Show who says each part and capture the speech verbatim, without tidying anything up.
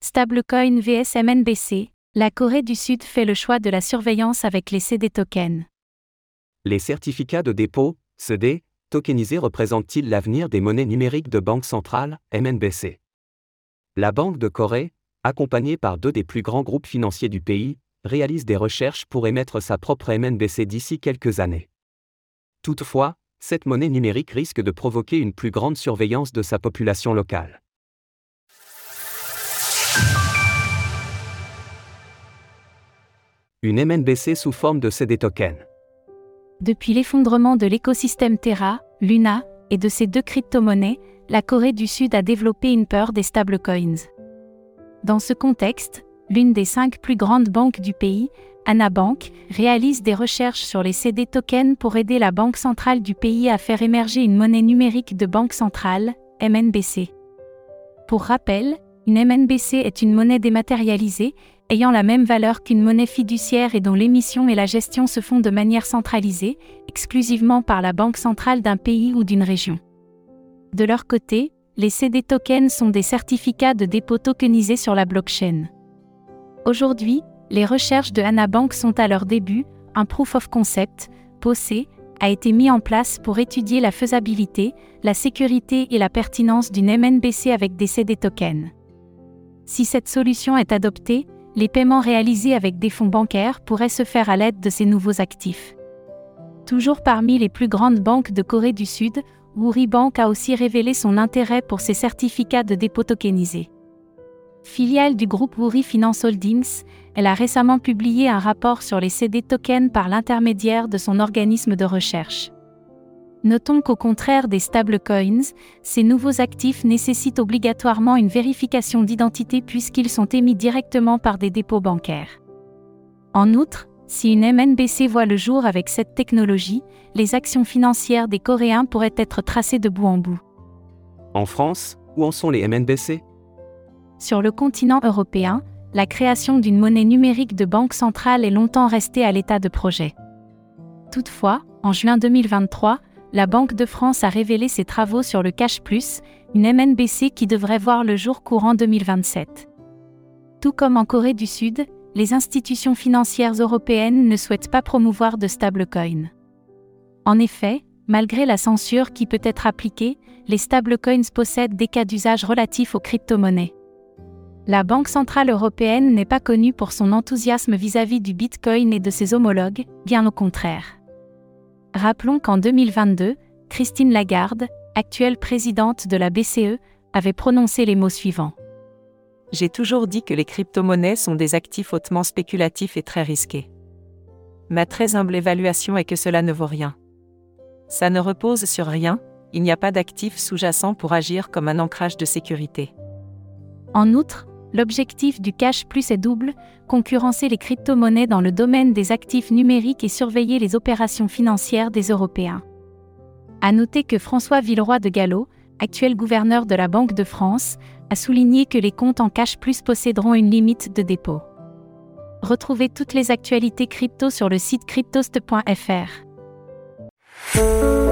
Speaker 1: Stablecoin vs M N B C, la Corée du Sud fait le choix de la surveillance avec les C D tokens.
Speaker 2: Les certificats de dépôt, C D, tokenisés représentent-ils l'avenir des monnaies numériques de banque centrale, M N B C? La Banque de Corée, accompagnée par deux des plus grands groupes financiers du pays, réalise des recherches pour émettre sa propre M N B C d'ici quelques années. Toutefois, cette monnaie numérique risque de provoquer une plus grande surveillance de sa population locale. Une M N B C sous forme de C D token.
Speaker 1: Depuis l'effondrement de l'écosystème Terra, Luna, et de ces deux crypto-monnaies, la Corée du Sud a développé une peur des stablecoins. Dans ce contexte, l'une des cinq plus grandes banques du pays, Hana Bank, réalise des recherches sur les C D tokens pour aider la Banque centrale du pays à faire émerger une monnaie numérique de banque centrale, M N B C. Pour rappel, une M N B C est une monnaie dématérialisée, ayant la même valeur qu'une monnaie fiduciaire et dont l'émission et la gestion se font de manière centralisée, exclusivement par la banque centrale d'un pays ou d'une région. De leur côté, les C D tokens sont des certificats de dépôt tokenisés sur la blockchain. Aujourd'hui, les recherches de Hana Bank sont à leur début, un Proof of Concept, P O C, a été mis en place pour étudier la faisabilité, la sécurité et la pertinence d'une M N B C avec des C D tokens. Si cette solution est adoptée, les paiements réalisés avec des fonds bancaires pourraient se faire à l'aide de ces nouveaux actifs. Toujours parmi les plus grandes banques de Corée du Sud, Woori Bank a aussi révélé son intérêt pour ces certificats de dépôt tokenisés. Filiale du groupe Woori Finance Holdings, elle a récemment publié un rapport sur les C D tokens par l'intermédiaire de son organisme de recherche. Notons qu'au contraire des stablecoins, ces nouveaux actifs nécessitent obligatoirement une vérification d'identité puisqu'ils sont émis directement par des dépôts bancaires. En outre, si une M N B C voit le jour avec cette technologie, les actions financières des Coréens pourraient être tracées de bout en bout.
Speaker 2: En France, où en sont les M N B C?
Speaker 1: Sur le continent européen, la création d'une monnaie numérique de banque centrale est longtemps restée à l'état de projet. Toutefois, en juin deux mille vingt-trois, la Banque de France a révélé ses travaux sur le Cash Plus, une M N B C qui devrait voir le jour courant deux mille vingt-sept. Tout comme en Corée du Sud, les institutions financières européennes ne souhaitent pas promouvoir de stablecoins. En effet, malgré la censure qui peut être appliquée, les stablecoins possèdent des cas d'usage relatifs aux crypto-monnaies. La Banque centrale européenne n'est pas connue pour son enthousiasme vis-à-vis du Bitcoin et de ses homologues, bien au contraire. Rappelons qu'en deux mille vingt-deux, Christine Lagarde, actuelle présidente de la B C E, avait prononcé les mots suivants.
Speaker 3: J'ai toujours dit que les crypto-monnaies sont des actifs hautement spéculatifs et très risqués. Ma très humble évaluation est que cela ne vaut rien. Ça ne repose sur rien, il n'y a pas d'actif sous-jacent pour agir comme un ancrage de sécurité.
Speaker 1: En outre, l'objectif du Cash Plus est double, concurrencer les crypto-monnaies dans le domaine des actifs numériques et surveiller les opérations financières des Européens. À noter que François Villeroy de Galhau, actuel gouverneur de la Banque de France, a souligné que les comptes en Cash Plus posséderont une limite de dépôt. Retrouvez toutes les actualités crypto sur le site cryptost point f r.